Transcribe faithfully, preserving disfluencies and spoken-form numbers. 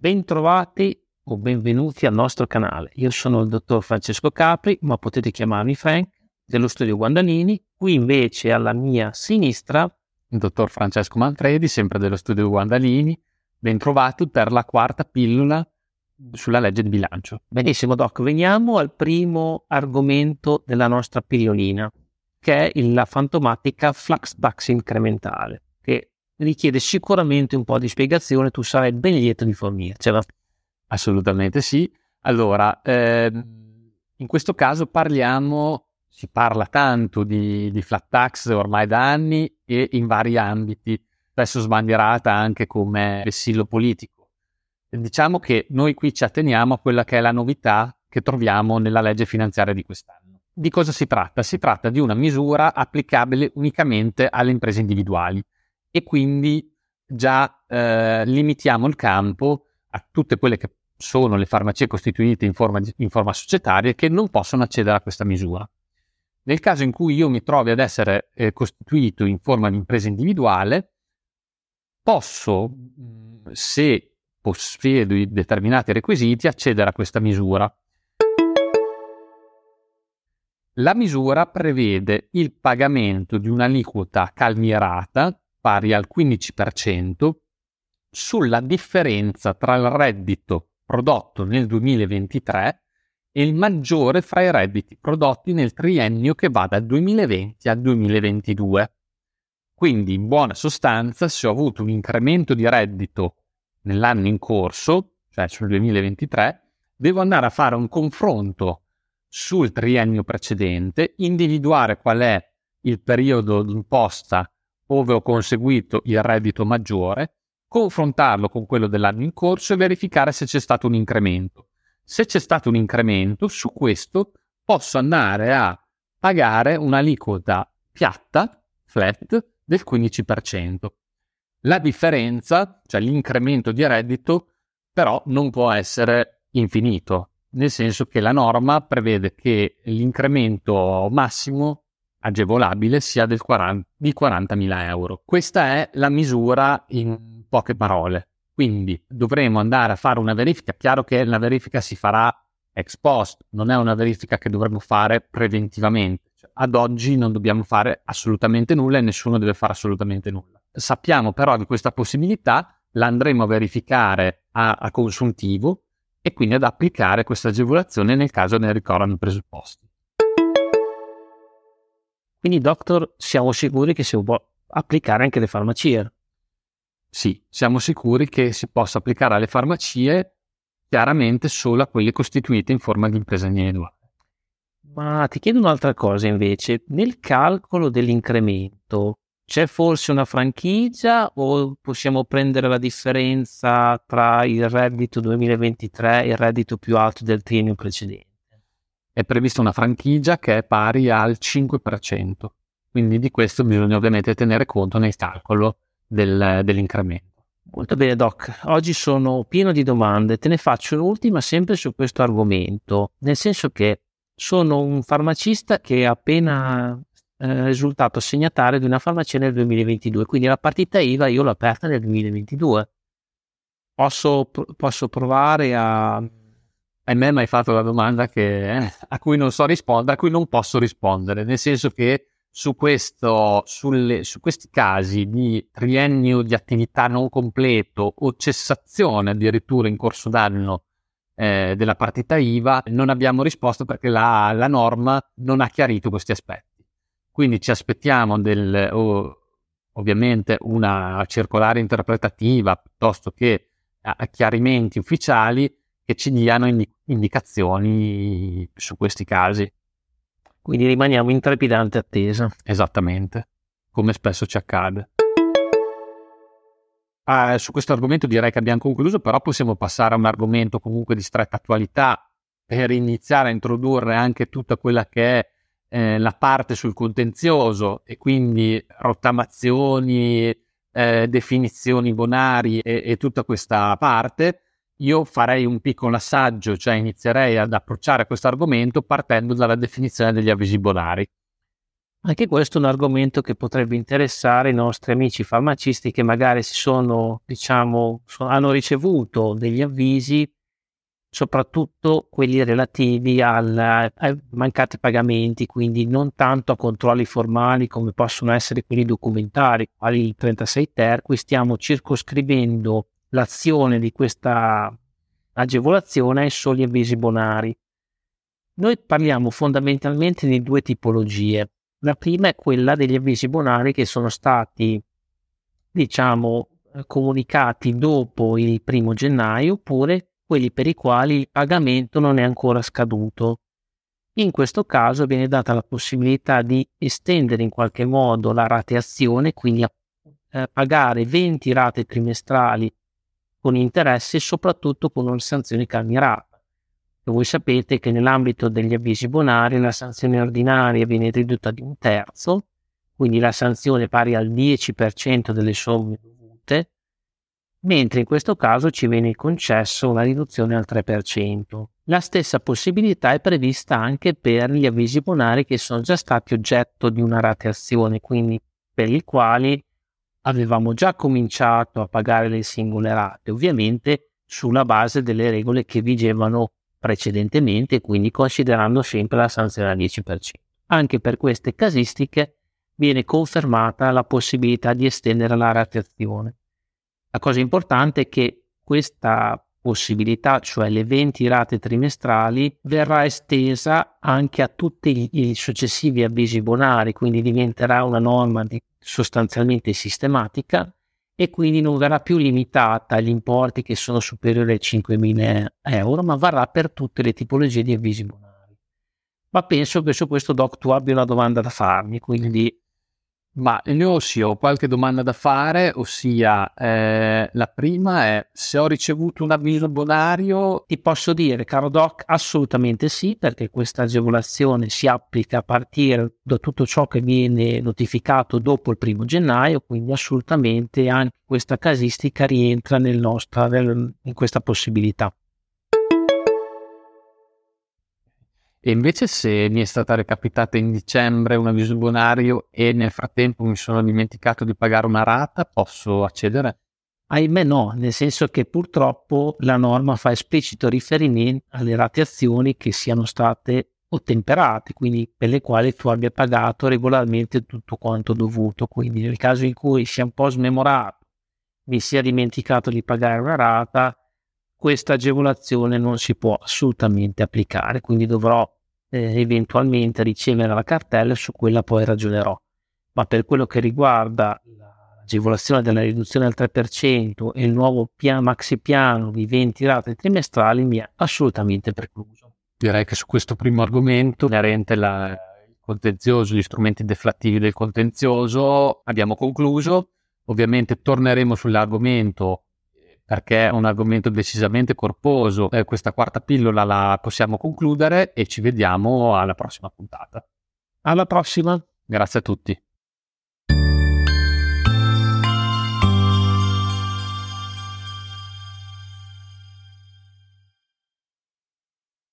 Bentrovati o benvenuti al nostro canale. Io sono il dottor Francesco Capri, ma potete chiamarmi Frank, dello studio Guandalini. Qui invece alla mia sinistra il dottor Francesco Manfredi, sempre dello studio Guandalini. Bentrovati per la quarta pillola sulla legge di bilancio. Benissimo Doc, veniamo al primo argomento della nostra pillolina, che è la fantomatica flux tax incrementale, che richiede sicuramente un po' di spiegazione. Tu sarai ben lieto di fornircela. Assolutamente sì. Allora, ehm, in questo caso parliamo, si parla tanto di, di flat tax ormai da anni e in vari ambiti, spesso sbandierata anche come vessillo politico. Diciamo che noi qui ci atteniamo a quella che è la novità che troviamo nella legge finanziaria di quest'anno. Di cosa si tratta? Si tratta di una misura applicabile unicamente alle imprese individuali e quindi già eh, limitiamo il campo a tutte quelle che sono le farmacie costituite in forma, in forma societaria che non possono accedere a questa misura. Nel caso in cui io mi trovi ad essere eh, costituito in forma di impresa individuale, posso, se possiedo i determinati requisiti, accedere a questa misura. La misura prevede il pagamento di un'aliquota calmierata pari al quindici per cento sulla differenza tra il reddito prodotto nel duemilaventitré e il maggiore fra i redditi prodotti nel triennio che va dal duemilaventi al duemilaventidue. Quindi, in buona sostanza, se ho avuto un incremento di reddito nell'anno in corso, cioè sul duemilaventitré, devo andare a fare un confronto sul triennio precedente, individuare qual è il periodo d'imposta dove ho conseguito il reddito maggiore, confrontarlo con quello dell'anno in corso e verificare se c'è stato un incremento. Se c'è stato un incremento, su questo posso andare a pagare un'aliquota piatta, flat, del quindici per cento. La differenza, cioè l'incremento di reddito, però non può essere infinito, nel senso che la norma prevede che l'incremento massimo agevolabile sia del quaranta, di quarantamila euro. Questa è la misura in poche parole. Quindi dovremo andare a fare una verifica. Chiaro che la verifica si farà ex post, non è una verifica che dovremo fare preventivamente. Cioè, ad oggi non dobbiamo fare assolutamente nulla e nessuno deve fare assolutamente nulla. Sappiamo però di questa possibilità, la andremo a verificare a, a consuntivo e quindi ad applicare questa agevolazione nel caso ne ricorrano i presupposti. Quindi, doctor, siamo sicuri che si può applicare anche alle farmacie? Sì, siamo sicuri che si possa applicare alle farmacie, chiaramente solo a quelle costituite in forma di impresa individuale. Ma ti chiedo un'altra cosa invece. Nel calcolo dell'incremento c'è forse una franchigia o possiamo prendere la differenza tra il reddito duemilaventitré e il reddito più alto del triennio precedente? È prevista una franchigia che è pari al cinque per cento, quindi di questo bisogna ovviamente tenere conto nel calcolo del, dell'incremento. Molto bene Doc, oggi sono pieno di domande, te ne faccio un'ultima sempre su questo argomento, nel senso che sono un farmacista che è appena eh, risultato assegnatario di una farmacia nel duemilaventidue, quindi la partita I V A io l'ho aperta nel duemilaventidue. Posso, posso provare a... A me mi hai fatto la domanda che, eh, a cui non so rispondere, a cui non posso rispondere, nel senso che su, questo, sulle, su questi casi di triennio di attività non completo o cessazione addirittura in corso d'anno eh, della partita I V A non abbiamo risposto perché la, la norma non ha chiarito questi aspetti. Quindi ci aspettiamo del, oh, ovviamente una circolare interpretativa piuttosto che eh, chiarimenti ufficiali che ci diano indi- indicazioni su questi casi. Quindi rimaniamo in trepidante attesa. Esattamente, come spesso ci accade. Ah, su questo argomento direi che abbiamo concluso, però possiamo passare a un argomento comunque di stretta attualità per iniziare a introdurre anche tutta quella che è eh, la parte sul contenzioso e quindi rottamazioni, eh, definizioni bonari e, e tutta questa parte. Io farei un piccolo assaggio, cioè inizierei ad approcciare questo argomento partendo dalla definizione degli avvisi bonari. Anche questo è un argomento che potrebbe interessare i nostri amici farmacisti che magari si sono, diciamo, so- hanno ricevuto degli avvisi, soprattutto quelli relativi al, ai mancati pagamenti, quindi non tanto a controlli formali come possono essere quelli documentari, quali il trentasei ter. Qui stiamo circoscrivendo l'azione di questa agevolazione ai soli avvisi bonari. Noi parliamo fondamentalmente di due tipologie. La prima è quella degli avvisi bonari che sono stati, diciamo, comunicati dopo il primo gennaio, oppure quelli per i quali il pagamento non è ancora scaduto. In questo caso viene data la possibilità di estendere in qualche modo la rateazione, quindi a eh, pagare venti rate trimestrali con interessi e soprattutto con una sanzione calmierata. E voi sapete che nell'ambito degli avvisi bonari la sanzione ordinaria viene ridotta di un terzo, quindi la sanzione pari al dieci per cento delle somme dovute, mentre in questo caso ci viene concesso una riduzione al tre per cento. La stessa possibilità è prevista anche per gli avvisi bonari che sono già stati oggetto di una rateazione, quindi per i quali avevamo già cominciato a pagare le singole rate, ovviamente sulla base delle regole che vigevano precedentemente, quindi considerando sempre la sanzione al dieci per cento. Anche per queste casistiche viene confermata la possibilità di estendere la rateazione. La cosa importante è che questa possibilità, cioè le venti rate trimestrali, verrà estesa anche a tutti i successivi avvisi bonari, quindi diventerà una norma di, sostanzialmente sistematica, e quindi non verrà più limitata agli importi che sono superiori ai cinquemila euro, ma varrà per tutte le tipologie di avvisi bonari. Ma penso che su questo, Doc, tu abbia una domanda da farmi, quindi... Ma io sì, ho qualche domanda da fare, ossia eh, la prima è: se ho ricevuto un avviso bonario, Ti posso dire, caro Doc, assolutamente sì, perché questa agevolazione si applica a partire da tutto ciò che viene notificato dopo il primo gennaio, quindi assolutamente anche questa casistica rientra nel nostro, nel, in questa possibilità. e invece se mi è stata recapitata in dicembre un avviso bonario e nel frattempo mi sono dimenticato di pagare una rata, posso accedere? Ahimè no, nel senso che purtroppo la norma fa esplicito riferimento alle rateazioni che siano state ottemperate, quindi per le quali tu abbia pagato regolarmente tutto quanto dovuto. Quindi nel caso in cui sia un po' smemorato, mi sia dimenticato di pagare una rata, questa agevolazione non si può assolutamente applicare, quindi dovrò eh, eventualmente ricevere la cartella e su quella poi ragionerò. Ma per quello che riguarda l'agevolazione della riduzione al tre per cento e il nuovo piano, maxi piano di venti rate trimestrali, mi è assolutamente precluso. Direi che su questo primo argomento, inerente la, il contenzioso, gli strumenti deflattivi del contenzioso, abbiamo concluso. Ovviamente torneremo sull'argomento perché è un argomento decisamente corposo. Eh, questa quarta pillola la possiamo concludere e ci vediamo alla prossima puntata. Alla prossima! Grazie a tutti.